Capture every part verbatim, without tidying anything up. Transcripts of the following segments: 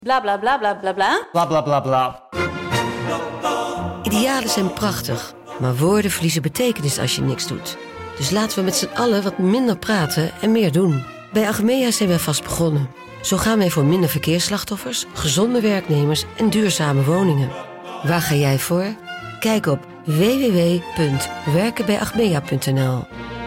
Bla bla bla bla bla bla. Bla bla bla bla. Idealen zijn prachtig, maar woorden verliezen betekenis als je niks doet. Dus laten we met z'n allen wat minder praten en meer doen. Bij Achmea zijn wij vast begonnen. Zo gaan wij voor minder verkeersslachtoffers, gezonde werknemers en duurzame woningen. Waar ga jij voor? Kijk op w w w punt werken bij achmea punt n l.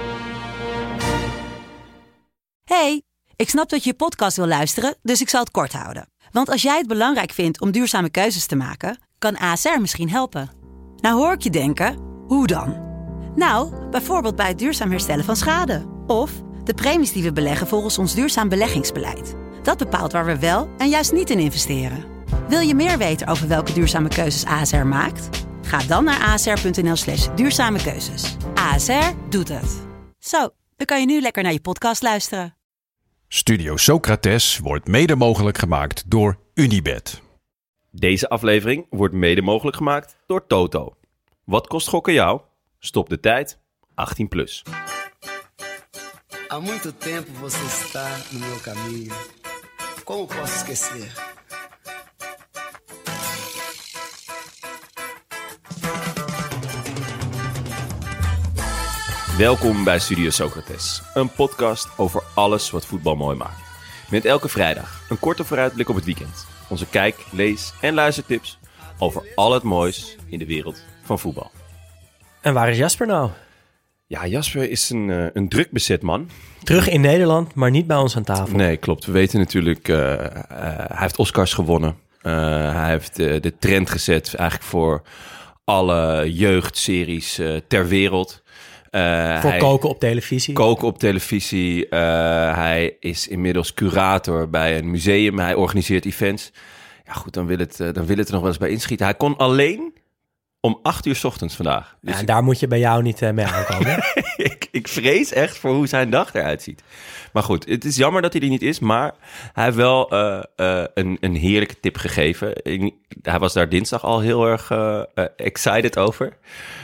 Hey, ik snap dat je je podcast wil luisteren, dus ik zal het kort houden. Want als jij het belangrijk vindt om duurzame keuzes te maken, kan A S R misschien helpen. Nou hoor ik je denken, hoe dan? Nou, bijvoorbeeld bij het duurzaam herstellen van schade. Of de premies die we beleggen volgens ons duurzaam beleggingsbeleid. Dat bepaalt waar we wel en juist niet in investeren. Wil je meer weten over welke duurzame keuzes A S R maakt? Ga dan naar asr.nl slash duurzame keuzes. A S R doet het. Zo, dan kan je nu lekker naar je podcast luisteren. Studio Socrates wordt mede mogelijk gemaakt door Unibet. Deze aflevering wordt mede mogelijk gemaakt door Toto. Wat kost gokken jou? Stop de tijd. achttien plus. Há muito tempo você está no meu caminho. Como posso esquecer? Welkom bij Studio Socrates, een podcast over alles wat voetbal mooi maakt. Met elke vrijdag een korte vooruitblik op het weekend. Onze kijk-, lees- en luistertips over al het moois in de wereld van voetbal. En waar is Jasper nou? Ja, Jasper is een, uh, een druk bezet man. Terug in Nederland, maar niet bij ons aan tafel. Nee, klopt. We weten natuurlijk, uh, uh, hij heeft Oscars gewonnen. Uh, hij heeft uh, de trend gezet eigenlijk voor alle jeugdseries uh, ter wereld. Uh, voor hij, koken op televisie. Koken op televisie. Uh, hij is inmiddels curator bij een museum. Hij organiseert events. Ja goed, dan wil het, uh, dan wil het er nog wel eens bij inschieten. Hij kon alleen om acht uur 's ochtends vandaag. Dus ja, en daar moet je bij jou niet uh, mee aankomen. ik, ik vrees echt voor hoe zijn dag eruit ziet. Maar goed, het is jammer dat hij er niet is. Maar hij heeft wel uh, uh, een, een heerlijke tip gegeven. Hij was daar dinsdag al heel erg uh, uh, excited over.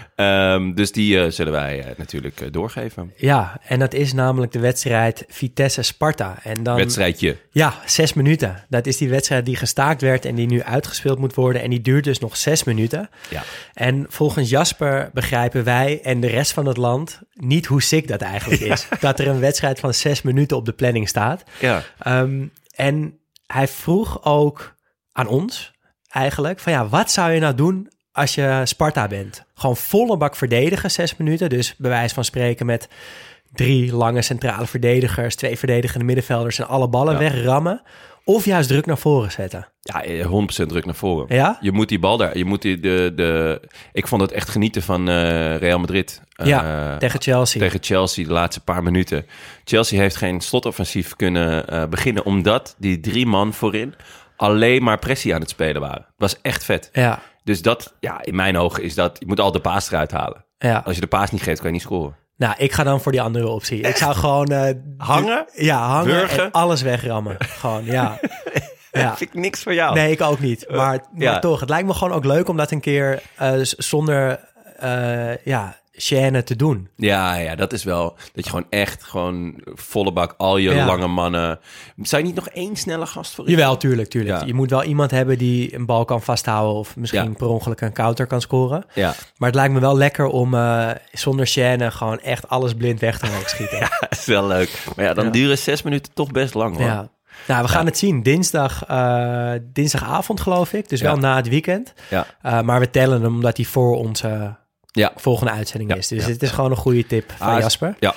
Um, dus die uh, zullen wij uh, natuurlijk uh, doorgeven. Ja, en dat is namelijk de wedstrijd Vitesse-Sparta. En dan, Wedstrijdje. Ja, zes minuten. Dat is die wedstrijd die gestaakt werd en die nu uitgespeeld moet worden. En die duurt dus nog zes minuten. Ja. En volgens Jasper begrijpen wij en de rest van het land niet hoe sick dat eigenlijk is. Ja. Dat er een wedstrijd van zes minuten op de planning staat. Ja. Um, en hij vroeg ook aan ons eigenlijk van ja, wat zou je nou doen als je Sparta bent? Gewoon volle bak verdedigen, zes minuten. Dus bij wijze van spreken met drie lange centrale verdedigers, twee verdedigende middenvelders en alle ballen ja. wegrammen. Of juist druk naar voren zetten. Ja, honderd procent druk naar voren. Ja? Je moet die bal daar, je moet die, de, de... Ik vond het echt genieten van uh, Real Madrid. Ja, uh, tegen Chelsea. Tegen Chelsea, de laatste paar minuten. Chelsea heeft geen slotoffensief kunnen uh, beginnen, omdat die drie man voorin alleen maar pressie aan het spelen waren. Het was echt vet. Ja. Dus dat, ja, in mijn ogen is dat, je moet al de paas eruit halen. Ja. Als je de paas niet geeft, kan je niet scoren. Nou, ik ga dan voor die andere optie. Ik zou gewoon Uh, hangen? Ja, hangen Wurgen? En alles wegrammen. Gewoon, ja. Ja. Vind ik niks voor jou. Nee, ik ook niet. Maar, maar ja. toch, het lijkt me gewoon ook leuk om dat een keer uh, zonder uh, ja, gêne te doen. Ja, ja, dat is wel dat je gewoon echt gewoon volle bak al je ja. lange mannen. Zou je niet nog één snelle gast voor? Jawel, tuurlijk, tuurlijk. Ja. Je moet wel iemand hebben die een bal kan vasthouden of misschien ja. per ongeluk een counter kan scoren. Ja. Maar het lijkt me wel lekker om uh, zonder gêne gewoon echt alles blind weg te mogen schieten. Ja, dat is wel leuk. Maar ja, dan ja. duren zes minuten toch best lang, hoor. Ja. Nou, we gaan ja. het zien. Dinsdag, uh, dinsdagavond geloof ik. Dus ja. wel na het weekend. Ja. Uh, maar we tellen hem omdat hij voor onze ja. volgende uitzending ja. is. Dus ja. het is gewoon een goede tip van ah, Jasper. Ja.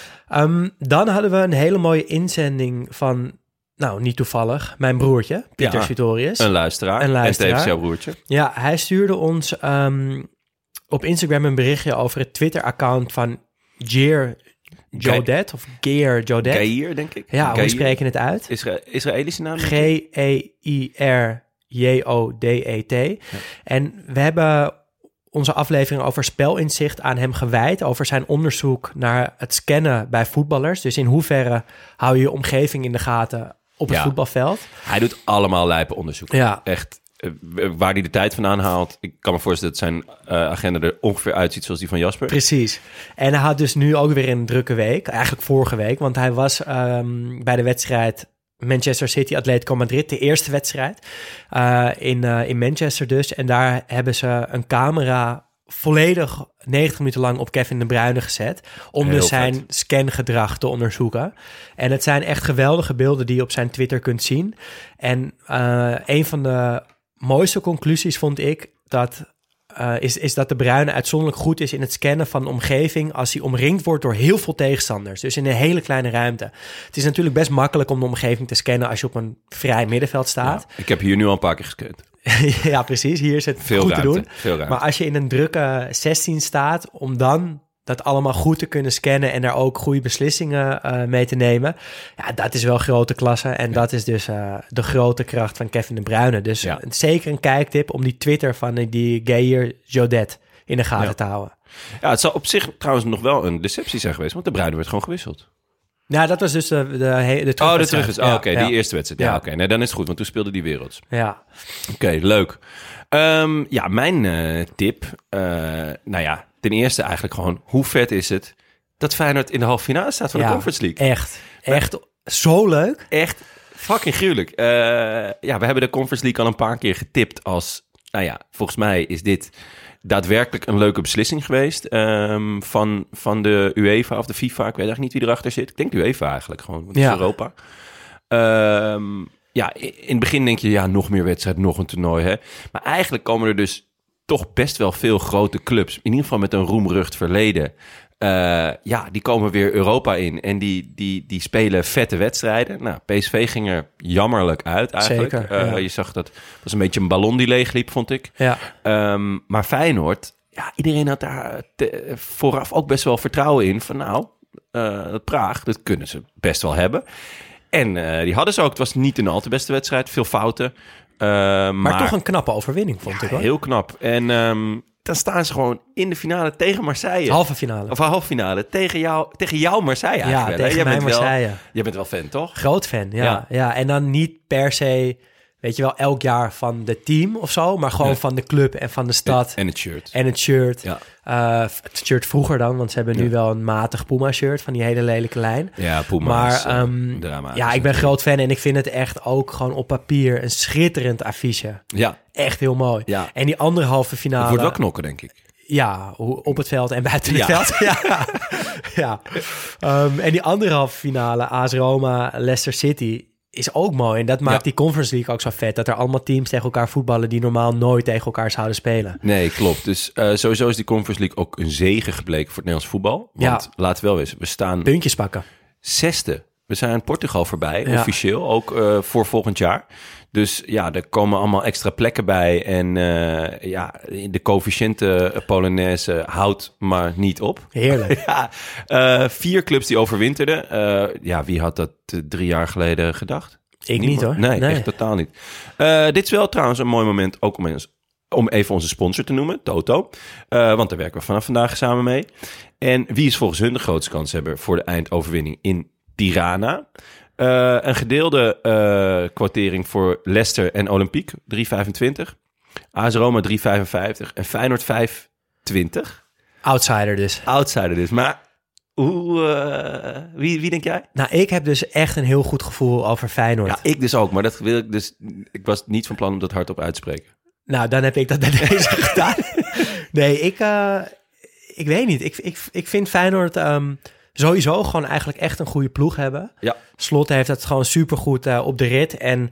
Um, dan hadden we een hele mooie inzending van, nou niet toevallig, mijn broertje, Pieter ja. Sutorius. Een luisteraar. Een luisteraar. En tevens jouw broertje. Ja, hij stuurde ons um, op Instagram een berichtje over het Twitter-account van Gear Jodet of Gear Jodet. Geir, denk ik. Ja, Geir. hoe spreek je het uit? Isra- Israëlische naam? G E I R J O D E T. Ja. En we hebben onze aflevering over spelinzicht aan hem gewijd, over zijn onderzoek naar het scannen bij voetballers. Dus in hoeverre hou je je omgeving in de gaten op het ja. voetbalveld. Hij doet allemaal lijpe onderzoeken. Ja. Echt. Waar hij de tijd vandaan haalt. Ik kan me voorstellen dat zijn uh, agenda er ongeveer uitziet zoals die van Jasper. Precies. En hij had dus nu ook weer een drukke week. Eigenlijk vorige week. Want hij was um, bij de wedstrijd Manchester City, Atletico Madrid, de eerste wedstrijd uh, in, uh, in Manchester dus. En daar hebben ze een camera volledig negentig minuten lang op Kevin De Bruyne gezet, om Heel dus zijn vet. scangedrag te onderzoeken. En het zijn echt geweldige beelden die je op zijn Twitter kunt zien. En uh, een van de mooiste conclusies vond ik dat Uh, is, is dat De Bruyne uitzonderlijk goed is in het scannen van de omgeving als hij omringd wordt door heel veel tegenstanders. Dus in een hele kleine ruimte. Het is natuurlijk best makkelijk om de omgeving te scannen als je op een vrij middenveld staat. Ja, ik heb hier nu al een paar keer gescand. Ja, precies. Hier is het Veel goed ruimte, te doen. veel ruimte. Maar als je in een drukke zestien staat, om dan dat allemaal goed te kunnen scannen en daar ook goede beslissingen uh, mee te nemen. Ja, dat is wel grote klasse. En ja. dat is dus uh, de grote kracht van Kevin De Bruyne. Dus ja. zeker een kijktip om die Twitter van die Gaïr Jodet in de gaten ja. te houden. Ja, het zal op zich trouwens nog wel een deceptie zijn geweest, want De Bruyne werd gewoon gewisseld. Ja, dat was dus de, de, de, de Oh, de terug is. Oh, ja, oké, okay, ja. die eerste wedstrijd. Ja, Ja. oké. Okay. Nee, dan is het goed, want toen speelde die werelds. Ja. Oké, okay, leuk. Um, ja, mijn uh, tip. Uh, nou ja, ten eerste eigenlijk gewoon, hoe vet is het dat Feyenoord in de halve finale staat van ja, de Conference League? Echt. Echt zo leuk. Echt fucking gruwelijk. Uh, ja, we hebben de Conference League al een paar keer getipt als, nou ja, volgens mij is dit daadwerkelijk een leuke beslissing geweest um, van, van de UEFA of de FIFA. Ik weet eigenlijk niet wie erachter zit. Ik denk de UEFA eigenlijk gewoon, want het Ja. is Europa. Um, ja, in het begin denk je, ja, nog meer wedstrijd, nog een toernooi, hè. Maar eigenlijk komen er dus toch best wel veel grote clubs, in ieder geval met een roemrucht verleden. Uh, ja, die komen weer Europa in en die, die, die spelen vette wedstrijden. Nou, P S V ging er jammerlijk uit eigenlijk. Zeker, uh, ja. Je zag dat, het was een beetje een ballon die leegliep, vond ik. Ja. Um, maar Feyenoord, ja, iedereen had daar te, vooraf ook best wel vertrouwen in. Van nou, uh, Praag, dat kunnen ze best wel hebben. En uh, die hadden ze ook. Het was niet een al te beste wedstrijd, veel fouten. Uh, maar, maar toch een knappe overwinning, vond ja, ik hoor. heel knap. En um, dan staan ze gewoon in de finale tegen Marseille. Halve finale. Of halve finale. Tegen jou, tegen jou Marseille Ja, eigenlijk. wel, hè? tegen Jij mij bent wel- Marseille. Jij bent wel fan, toch? Groot fan, ja. Ja. ja. En dan niet per se, weet je wel, elk jaar van de team of zo, maar gewoon Nee. van de club en van de stad. En het shirt. En het shirt. Ja. Uh, het shirt vroeger dan, want ze hebben nu Ja. wel een matig Puma-shirt van die hele lelijke lijn. Ja, Puma Maar is, uh, um, dramatisch ja, ik ben natuurlijk. groot fan en ik vind het echt ook gewoon op papier een schitterend affiche. Ja, Echt heel mooi. Ja. En die andere halve finale. het wordt wel knokken, denk ik. Ja, hoe- op het veld en buiten het Ja. veld. Ja. ja. Um, en die andere halve finale, A S Roma, Leicester City, is ook mooi. En dat maakt Ja. die Conference League ook zo vet. Dat er allemaal teams tegen elkaar voetballen die normaal nooit tegen elkaar zouden spelen. Nee, klopt. Dus uh, sowieso is die Conference League ook een zege gebleken voor het Nederlands voetbal. Want Ja. laten we wel wezen, we staan Puntjes pakken. zesde. We zijn Portugal voorbij, Ja. officieel, ook uh, voor volgend jaar. Dus ja, er komen allemaal extra plekken bij. En uh, ja, de coëfficiënte Polonaise houdt maar niet op. Heerlijk. Ja, uh, vier clubs die overwinterden. Uh, ja, wie had dat uh, drie jaar geleden gedacht? Ik Niemand. niet hoor. Nee, echt totaal niet. Uh, dit is wel trouwens een mooi moment, ook om, eens, om even onze sponsor te noemen, Toto. Uh, want daar werken we vanaf vandaag samen mee. En wie is volgens hun de grootste kanshebber voor de eindoverwinning in Tirana? Uh, een gedeelde uh, quotering voor Leicester en Olympique, drie komma vijfentwintig. A S Roma drie komma vijfenvijftig en Feyenoord vijf komma twintig. Outsider dus. Outsider dus. Maar hoe, uh, wie, wie denk jij? Nou, ik heb dus echt een heel goed gevoel over Feyenoord. Ja, ik dus ook. Maar dat wil ik dus. Ik was niet van plan om dat hardop uit te spreken. Nou, dan heb ik dat bij deze gedaan. Nee, ik, uh, ik weet niet. Ik, ik, ik vind Feyenoord um, sowieso gewoon eigenlijk echt een goede ploeg hebben. Ja. Slot heeft het gewoon supergoed uh, op de rit. En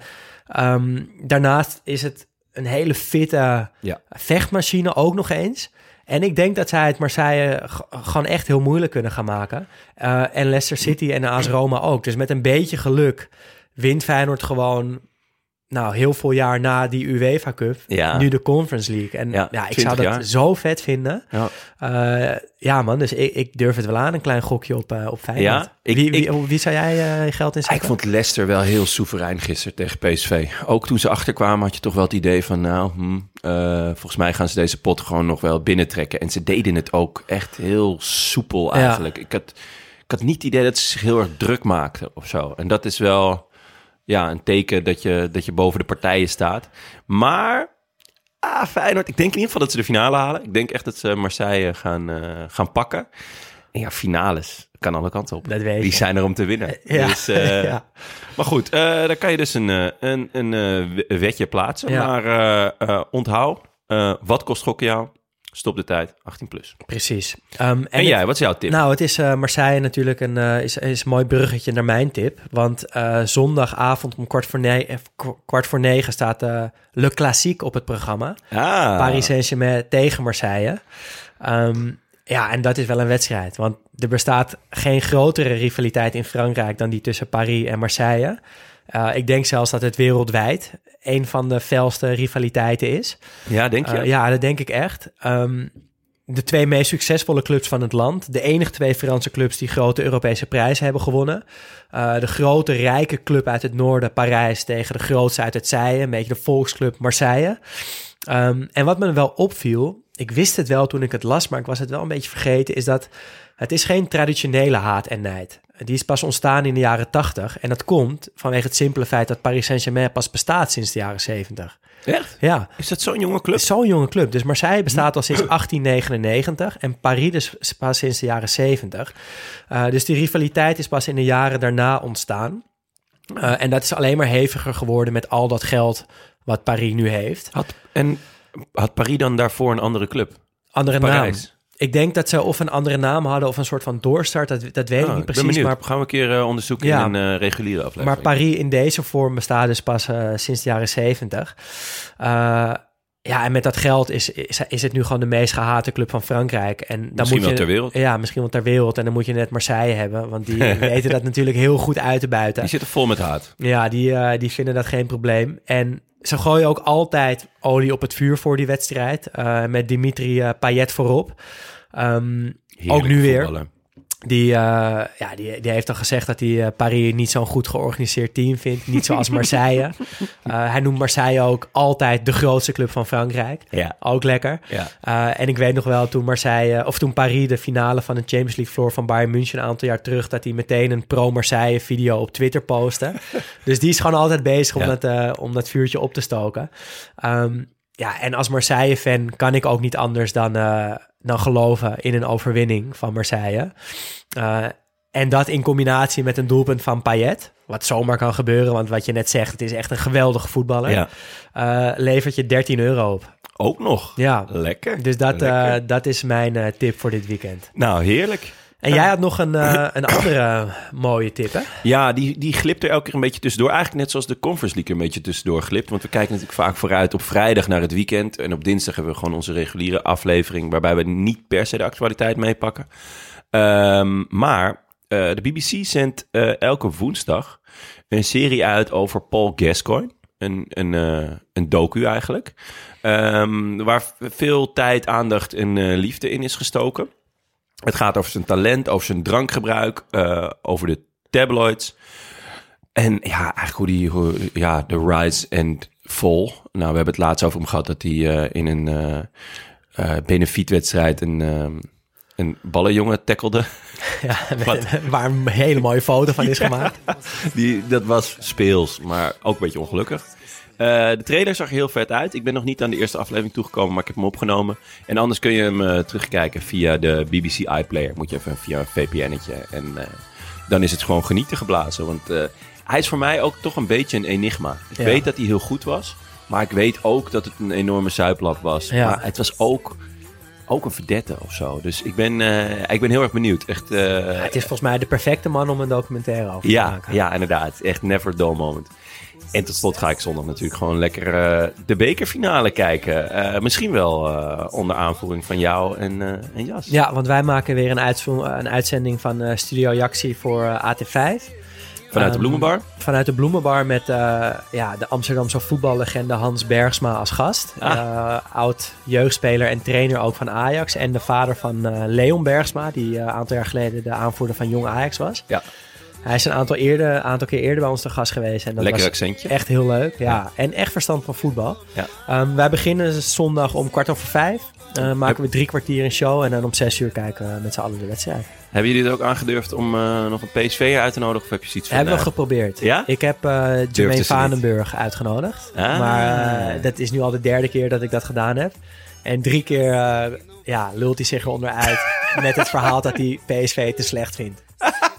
um, daarnaast is het een hele fitte Ja. vechtmachine ook nog eens. En ik denk dat zij het Marseille g- gewoon echt heel moeilijk kunnen gaan maken. Uh, en Leicester City en A S Roma ook. Dus met een beetje geluk wint Feyenoord gewoon, nou, heel veel jaar na die UEFA Cup, Ja. nu de Conference League. En Ja, ja, ik twintig zou dat jaar. zo vet vinden. Ja. Uh, ja man, dus ik, ik durf het wel aan, een klein gokje op, uh, op Feyenoord. Ja, ik- wie, wie, ik- wie zou jij uh, je geld Ik inzetten? vond Leicester wel heel soeverein gisteren tegen P S V. Ook toen ze achterkwamen had je toch wel het idee van, nou, hm, uh, volgens mij gaan ze deze pot gewoon nog wel binnentrekken. En ze deden het ook echt heel soepel eigenlijk. Ik, had, ik had niet het idee dat ze zich heel erg druk maakten of zo. En dat is wel, ja, een teken dat je, dat je boven de partijen staat. Maar ah, Feyenoord, ik denk in ieder geval dat ze de finale halen. Ik denk echt dat ze Marseille gaan, uh, gaan pakken. En ja, finales. kan alle kanten op. Dat weet Die je. zijn er om te winnen. Ja. Dus, uh, Ja. Maar goed, uh, daar kan je dus een, uh, een, een uh, wetje plaatsen. Ja. Maar uh, uh, onthoud, uh, wat kost gokken jou? Stop de tijd, achttien plus. Precies. Um, en En het- jij, wat is jouw tip? Nou, het is uh, Marseille natuurlijk een, uh, is, is een mooi bruggetje naar mijn tip. Want uh, zondagavond om kwart voor, ne- eh, kwart voor negen staat uh, Le Classique op het programma. ah, Paris Saint-Germain tegen Marseille. Um, ja, en dat is wel een wedstrijd. Want er bestaat geen grotere rivaliteit in Frankrijk dan die tussen Paris en Marseille. Uh, ik denk zelfs dat het wereldwijd een van de felste rivaliteiten is. Ja, denk je? Uh, ja, dat denk ik echt. Um, de twee meest succesvolle clubs van het land. De enige twee Franse clubs die grote Europese prijzen hebben gewonnen. Uh, de grote, rijke club uit het noorden, Parijs, tegen de grootste uit het Zeien. Een beetje de volksclub Marseille. Um, en wat me wel opviel, ik wist het wel toen ik het las, maar ik was het wel een beetje vergeten, is dat het is geen traditionele haat en nijd. Die is pas ontstaan in de jaren tachtig. En dat komt vanwege het simpele feit dat Paris Saint-Germain pas bestaat sinds de jaren zeventig. Echt? Ja. Is dat zo'n jonge club? Het is zo'n jonge club. Dus Marseille bestaat al sinds achttien negenennegentig en Paris dus pas sinds de jaren zeventig. Uh, dus die rivaliteit is pas in de jaren daarna ontstaan. Uh, en dat is alleen maar heviger geworden met al dat geld wat Paris nu heeft. Had, en had Paris dan daarvoor een andere club? Andere Parijs. naam. Ik denk dat ze of een andere naam hadden of een soort van doorstart. Dat, dat weet Ah, ik niet ik ben precies. benieuwd. Maar Gaan we een keer uh, onderzoeken Ja. in een uh, reguliere aflevering. Maar Paris in deze vorm bestaat dus pas uh, sinds de jaren zeventig. Uh, ja, en met dat geld is, is, is het nu gewoon de meest gehate club van Frankrijk. En dan Misschien moet je, wel ter wereld. Ja, misschien wel ter wereld. En dan moet je net Marseille hebben, want die weten dat natuurlijk heel goed uit te buiten. Die zitten vol met haat. Ja, die, uh, die vinden dat geen probleem. En ze gooien ook altijd olie op het vuur voor die wedstrijd. Uh, met Dimitri uh, Payet voorop. Um, ook nu weer. Voetballer. Die, uh, ja, die, die heeft al gezegd dat hij uh, Paris niet zo'n goed georganiseerd team vindt. Niet zoals Marseille. Uh, hij noemt Marseille ook altijd de grootste club van Frankrijk. Ja. Ook lekker. Ja. Uh, en ik weet nog wel toen Marseille, of toen Paris de finale van de Champions League verloor van Bayern München een aantal jaar terug, dat hij meteen een pro-Marseille video op Twitter postte. Dus die is gewoon altijd bezig om, Ja. dat, uh, om dat vuurtje op te stoken. Um, ja, en als Marseille-fan kan ik ook niet anders dan, uh, dan geloven in een overwinning van Marseille. Uh, en dat in combinatie met een doelpunt van Payet, wat zomaar kan gebeuren, want wat je net zegt, het is echt een geweldige voetballer, Ja. uh, levert je dertien euro op. Ook nog. Ja, Lekker. dus dat, Lekker. uh, dat is mijn uh, tip voor dit weekend. Nou, heerlijk. En jij had nog een, uh, een andere mooie tip, hè? Ja, die, die glipt er elke keer een beetje tussendoor. Eigenlijk net zoals de Conference League een beetje tussendoor glipt. Want we kijken natuurlijk vaak vooruit op vrijdag naar het weekend. En op dinsdag hebben we gewoon onze reguliere aflevering, waarbij we niet per se de actualiteit meepakken. Um, maar uh, de B B C zendt uh, elke woensdag een serie uit over Paul Gascoigne. Een, een, uh, een docu eigenlijk. Um, waar veel tijd, aandacht en uh, liefde in is gestoken. Het gaat over zijn talent, over zijn drankgebruik, uh, over de tabloids. En ja, eigenlijk hoe die, hoe, ja, de rise and fall. Nou, we hebben het laatst over hem gehad dat hij uh, in een uh, uh, benefietwedstrijd een, uh, een ballenjongen tackelde. Ja, met, waar een hele mooie foto van is Ja. gemaakt. Die, dat was speels, maar ook een beetje ongelukkig. Uh, de trailer zag er heel vet uit. Ik ben nog niet aan de eerste aflevering toegekomen, maar ik heb hem opgenomen. En anders kun je hem uh, terugkijken via de B B C iPlayer. Moet je even via een V P N'tje. En uh, dan is het gewoon genieten geblazen. Want uh, hij is voor mij ook toch een beetje een enigma. Ik Ja. weet dat hij heel goed was. Maar ik weet ook dat het een enorme zuiplap was. Ja. Maar het was ook, ook een verdette of zo. Dus ik ben, uh, ik ben heel erg benieuwd. Echt, uh, Ja, het is volgens mij de perfecte man om een documentaire over te ja, maken. ja, inderdaad. Echt never a dull moment. En tot slot ga ik zondag natuurlijk gewoon lekker uh, de bekerfinale kijken. Uh, misschien wel uh, onder aanvoering van jou en, uh, en Jas. Ja, want wij maken weer een, uitzo- een uitzending van uh, Studio Jaxi voor uh, A T vijf. Vanuit de Um, Bloemenbar. Vanuit de Bloemenbar met uh, ja, de Amsterdamse voetballegende Hans Bergsma als gast. Ah. Uh, oud jeugdspeler en trainer ook van Ajax. En de vader van uh, Leon Bergsma, die een uh, aantal jaar geleden de aanvoerder van Jong Ajax was. Ja. Hij is een aantal, eerder, aantal keer eerder bij ons te gast geweest. En dat Lekker was accentje. echt heel leuk. Ja. Ja. En echt verstand van voetbal. Ja. Um, wij beginnen zondag om kwart over vijf. Uh, maken we drie kwartier een show. En dan om zes uur kijken we met z'n allen de wedstrijd. Hebben jullie het ook aangedurfd om uh, nog een P S V'er uit te nodigen? Of heb je zoiets van... Hebben we uh, geprobeerd. Ja? Ik heb uh, Durfde Jermaine ze niet. Vanenburg uitgenodigd. Ah. Maar uh, dat is nu al de derde keer dat ik dat gedaan heb. En drie keer uh, ja, lult hij zich eronder uit met het verhaal dat hij P S V te slecht vindt.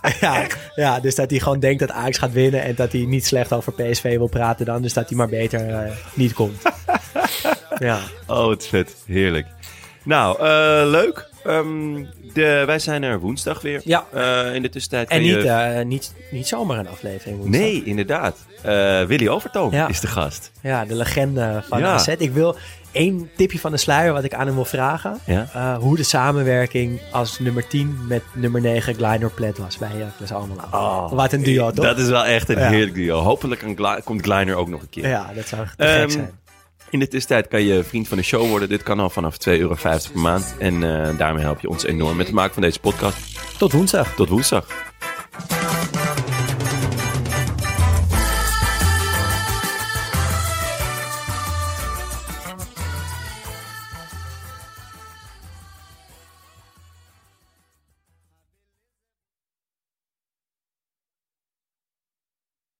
Ja, ja, dus dat hij gewoon denkt dat Ajax gaat winnen en dat hij niet slecht over P S V wil praten dan. Dus dat hij maar beter uh, niet komt. Ja. Oh, het is vet. Heerlijk. Nou, uh, leuk. Um, de, wij zijn er woensdag weer. Ja. Uh, in de tussentijd En kun niet, je... uh, niet, niet zomaar een aflevering woensdag. Nee, inderdaad. Uh, Willy Overtoom Ja. is de gast. Ja, de legende van Ja. A Z. Ik wil één tipje van de sluier wat ik aan hem wil vragen. Ja? Uh, hoe de samenwerking als nummer tien met nummer negen Glynor Plet was bij Heracles Almelo. Oh, Wat een duo, toch? Dat is wel echt een Ja. heerlijk duo. Hopelijk een Gla- komt Glynor ook nog een keer. Ja, dat zou te Um, gek zijn. In de tussentijd kan je vriend van de show worden. Dit kan al vanaf twee euro vijftig per maand. En uh, daarmee help je ons enorm met het maken van deze podcast. Tot woensdag. Tot woensdag.